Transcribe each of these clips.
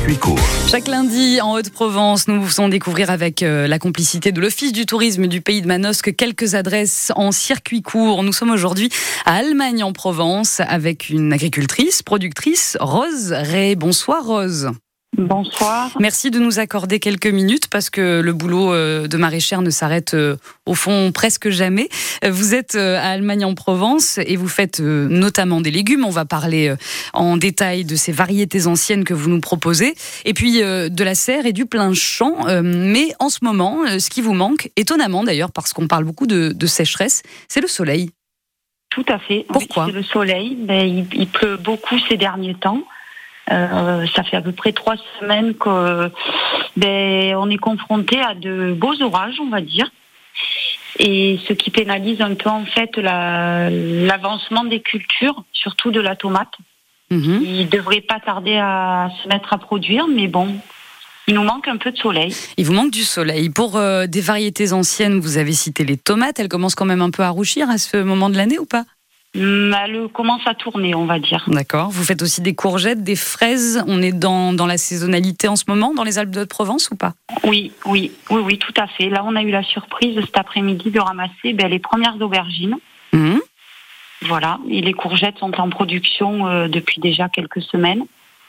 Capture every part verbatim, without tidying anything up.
circuit court. Chaque lundi en Haute-Provence, nous vous faisons découvrir avec euh, la complicité de l'Office du tourisme du Pays de Manosque quelques adresses en circuit court. Nous sommes aujourd'hui à Almagne en Provence avec une agricultrice, productrice, Rose Ray. Bonsoir Rose. Bonsoir. Merci de nous accorder quelques minutes parce que le boulot de maraîchère ne s'arrête au fond presque jamais. Vous êtes à Almagne en Provence et vous faites notamment des légumes. On va parler en détail de ces variétés anciennes que vous nous proposez et puis de la serre et du plein champ. Mais en ce moment, ce qui vous manque, étonnamment d'ailleurs parce qu'on parle beaucoup de, de sécheresse, c'est le soleil. Tout à fait. Pourquoi ? Oui, c'est le soleil. Ben, il, il pleut beaucoup ces derniers temps. Euh, ça fait à peu près trois semaines que ben, on est confronté à de beaux orages, on va dire, et ce qui pénalise un peu en fait la, l'avancement des cultures, surtout de la tomate. Mmh. Il devrait pas tarder à se mettre à produire, mais bon, il nous manque un peu de soleil. Il vous manque du soleil. Pour euh, des variétés anciennes, vous avez cité les tomates. Elles commencent quand même un peu à rougir à ce moment de l'année ou pas ? Elle commence à tourner, on va dire. D'accord. Vous faites aussi des courgettes, des fraises. On est dans, dans la saisonnalité en ce moment, dans les Alpes de Haute-Provence ou pas ? Oui, oui, oui, oui, tout à fait. Là, on a eu la surprise cet après-midi de ramasser ben, les premières aubergines. Mmh. Voilà. Et les courgettes sont en production euh, depuis déjà quelques semaines.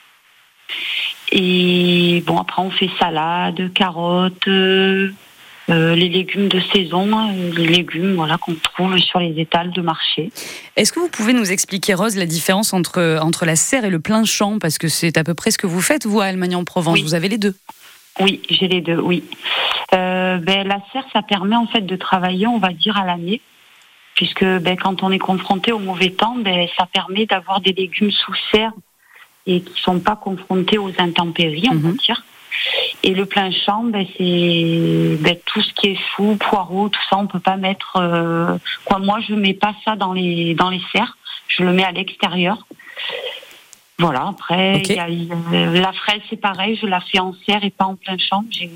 Et bon, après, on fait salade, carottes... Euh, Euh, les légumes de saison, les légumes voilà, qu'on trouve sur les étals de marché. Est-ce que vous pouvez nous expliquer, Rose, la différence entre, entre la serre et le plein champ ? Parce que c'est à peu près ce que vous faites, vous, à Almagne en Provence. Oui. Vous avez les deux ? Oui, j'ai les deux, oui. Euh, ben, la serre, ça permet en fait de travailler, on va dire, à l'année. Puisque ben, quand on est confronté au mauvais temps, ben, ça permet d'avoir des légumes sous serre et qui ne sont pas confrontés aux intempéries, on mm-hmm. va dire. Et le plein champ, ben, c'est ben, tout ce qui est choux, poireaux, tout ça, on peut pas mettre. Euh, quoi, moi, je mets pas ça dans les dans les serres. Je le mets à l'extérieur. Voilà. Après, okay. y a, y a, la fraise, c'est pareil. Je la fais en serre et pas en plein champ. J'ai,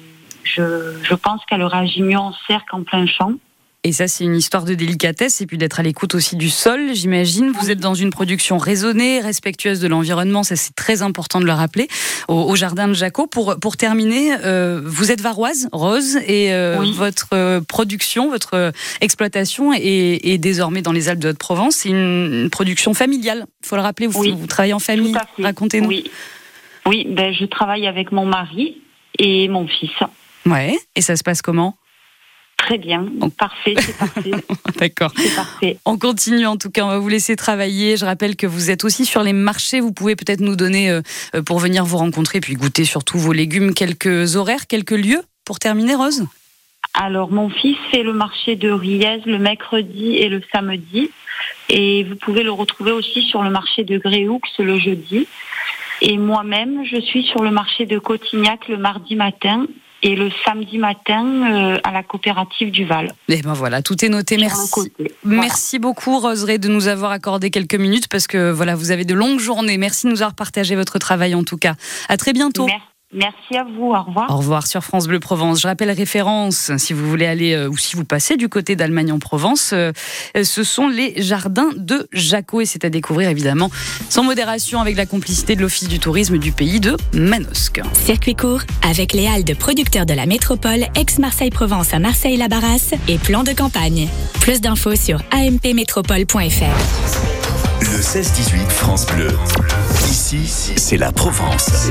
je je pense qu'elle réagit mieux en serre qu'en plein champ. Et ça, c'est une histoire de délicatesse et puis d'être à l'écoute aussi du sol, j'imagine. Vous êtes dans une production raisonnée, respectueuse de l'environnement, ça c'est très important de le rappeler, au, au jardin de Jacot. Pour, pour terminer, euh, vous êtes varoise, Rose, et euh, oui. votre euh, production, votre euh, exploitation est, est désormais dans les Alpes de Haute-Provence. C'est une, une production familiale, il faut le rappeler, vous, oui. vous travaillez en famille, racontez-nous. Oui, oui ben, je travaille avec mon mari et mon fils. Ouais, et ça se passe comment ? Très bien, donc parfait, c'est parfait. D'accord. C'est parfait. On continue en tout cas, on va vous laisser travailler. Je rappelle que vous êtes aussi sur les marchés. Vous pouvez peut-être nous donner, euh, pour venir vous rencontrer, puis goûter surtout vos légumes, quelques horaires, quelques lieux pour terminer, Rose ? Alors, mon fils fait le marché de Riez le mercredi et le samedi. Et vous pouvez le retrouver aussi sur le marché de Gréoux le jeudi. Et moi-même, je suis sur le marché de Cotignac le mardi matin. Et le samedi matin, euh, à la coopérative du Val. Et ben voilà, tout est noté. Merci. Voilà. Merci beaucoup, Rose Ray, de nous avoir accordé quelques minutes parce que voilà, vous avez de longues journées. Merci de nous avoir partagé votre travail en tout cas. À très bientôt. Merci. Merci à vous, au revoir. Au revoir sur France Bleu Provence. Je rappelle référence, si vous voulez aller, euh, ou si vous passez du côté d'Almagne en Provence, euh, ce sont les jardins de Jacot et c'est à découvrir évidemment sans modération avec la complicité de l'Office du tourisme du Pays de Manosque. Circuit court avec les halles de producteurs de la métropole ex-Marseille-Provence à Marseille-la-Barrasse et plan de campagne. Plus d'infos sur a m p métropole point f r. Le seize dix-huit France Bleu. Ici, c'est la Provence.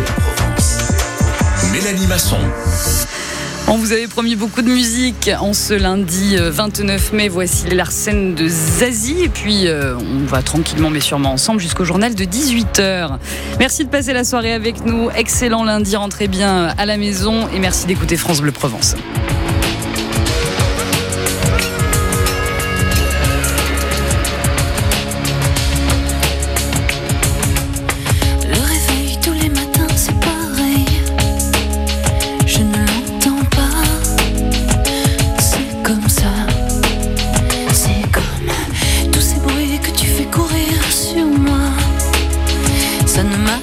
Mélanie Masson. On vous avait promis beaucoup de musique en ce lundi vingt-neuf mai. Voici Larsen de Zazie. Et puis, euh, on va tranquillement mais sûrement ensemble jusqu'au journal de dix-huit heures. Merci de passer la soirée avec nous. Excellent lundi, rentrez bien à la maison. Et merci d'écouter France Bleu Provence.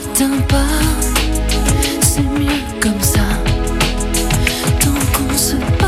Pas, c'est mieux comme ça. Tant qu'on se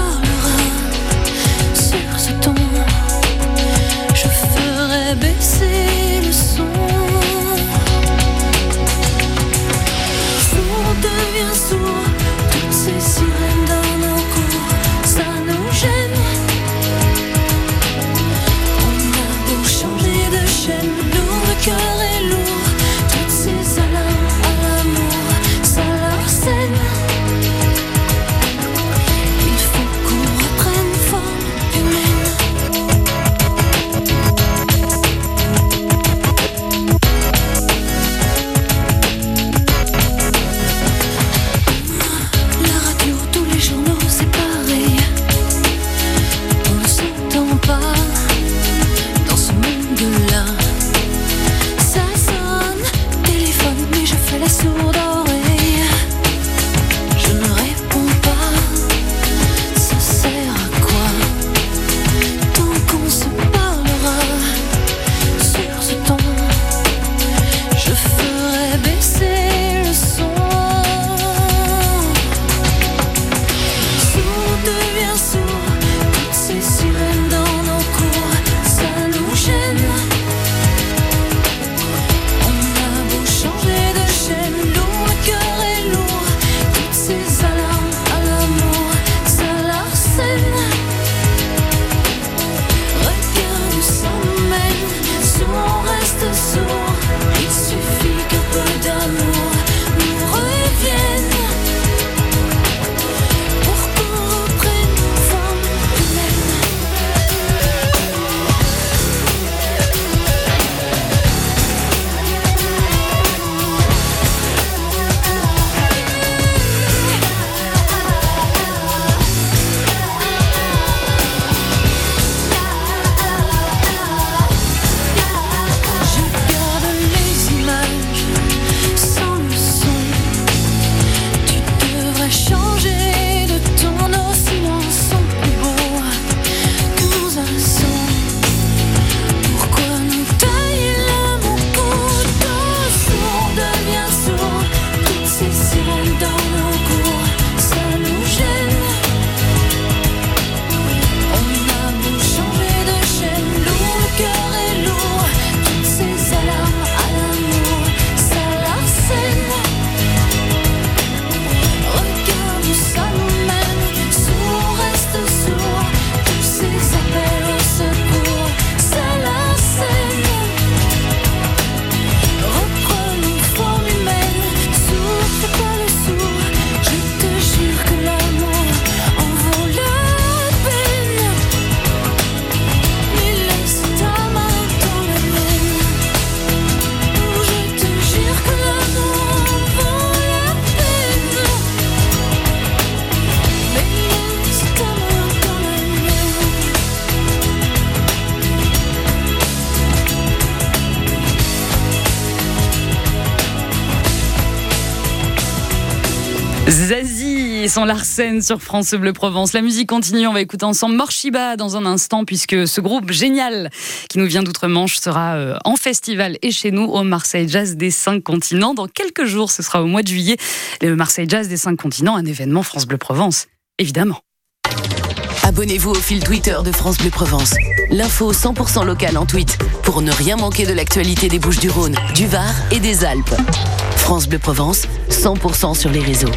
Zazie et son Larsen sur France Bleu Provence. La musique continue, on va écouter ensemble Morshiba dans un instant puisque ce groupe génial qui nous vient d'Outre-Manche sera en festival et chez nous au Marseille Jazz des cinq continents. Dans quelques jours, ce sera au mois de juillet, le Marseille Jazz des cinq continents, un événement France Bleu Provence, évidemment. Abonnez-vous au fil Twitter de France Bleu Provence. L'info cent pour cent locale en tweet pour ne rien manquer de l'actualité des Bouches-du-Rhône, du Var et des Alpes. France Bleu Provence, cent pour cent sur les réseaux.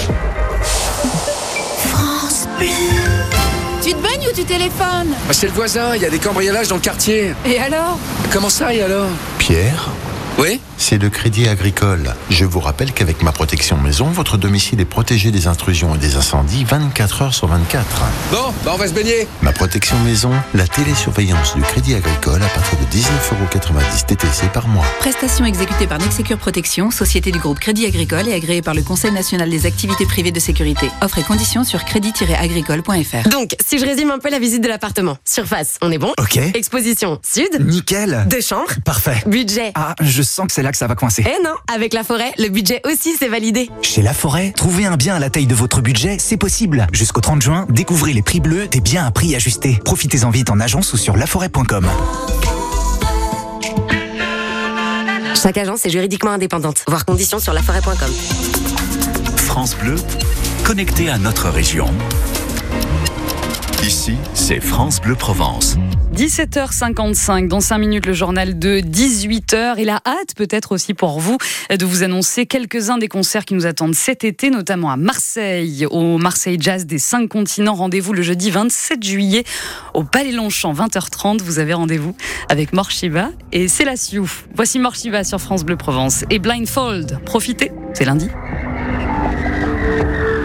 France Bleu. Tu te baignes ou tu téléphones ? Bah c'est le voisin, il y a des cambriolages dans le quartier. Et alors ? Comment ça et alors ? Pierre ? Oui ? C'est le Crédit Agricole. Je vous rappelle qu'avec ma protection maison, votre domicile est protégé des intrusions et des incendies vingt-quatre heures sur vingt-quatre. Bon, bah on va se baigner. Ma protection maison, la télésurveillance du Crédit Agricole à partir de dix-neuf euros quatre-vingt-dix T T C par mois. Prestation exécutée par Nexecure Protection, société du groupe Crédit Agricole et agréée par le Conseil national des activités privées de sécurité. Offre et conditions sur crédit tiret agricole point f r. Donc, si je résume un peu la visite de l'appartement. Surface, on est bon ? Ok. Exposition, sud. Nickel. Deux chambres. Parfait. Budget. Ah, je sens que c'est là que ça va coincer. Eh non, avec La Forêt, le budget aussi c'est validé. Chez La Forêt, trouver un bien à la taille de votre budget, c'est possible. Jusqu'au trente juin, découvrez les prix bleus des biens à prix ajustés. Profitez-en vite en agence ou sur laforêt point com. Chaque agence est juridiquement indépendante. Voir conditions sur laforêt point com. France Bleu, connecté à notre région. Ici, c'est France Bleu Provence. dix-sept heures cinquante-cinq, dans cinq minutes, le journal de dix-huit heures. Et la hâte, peut-être aussi pour vous, de vous annoncer quelques-uns des concerts qui nous attendent cet été, notamment à Marseille, au Marseille Jazz des cinq continents. Rendez-vous le jeudi vingt-sept juillet au Palais Longchamp, vingt heures trente. Vous avez rendez-vous avec Morshiba et Célassiou. Voici Morshiba sur France Bleu Provence. Et Blindfold, profitez, c'est lundi.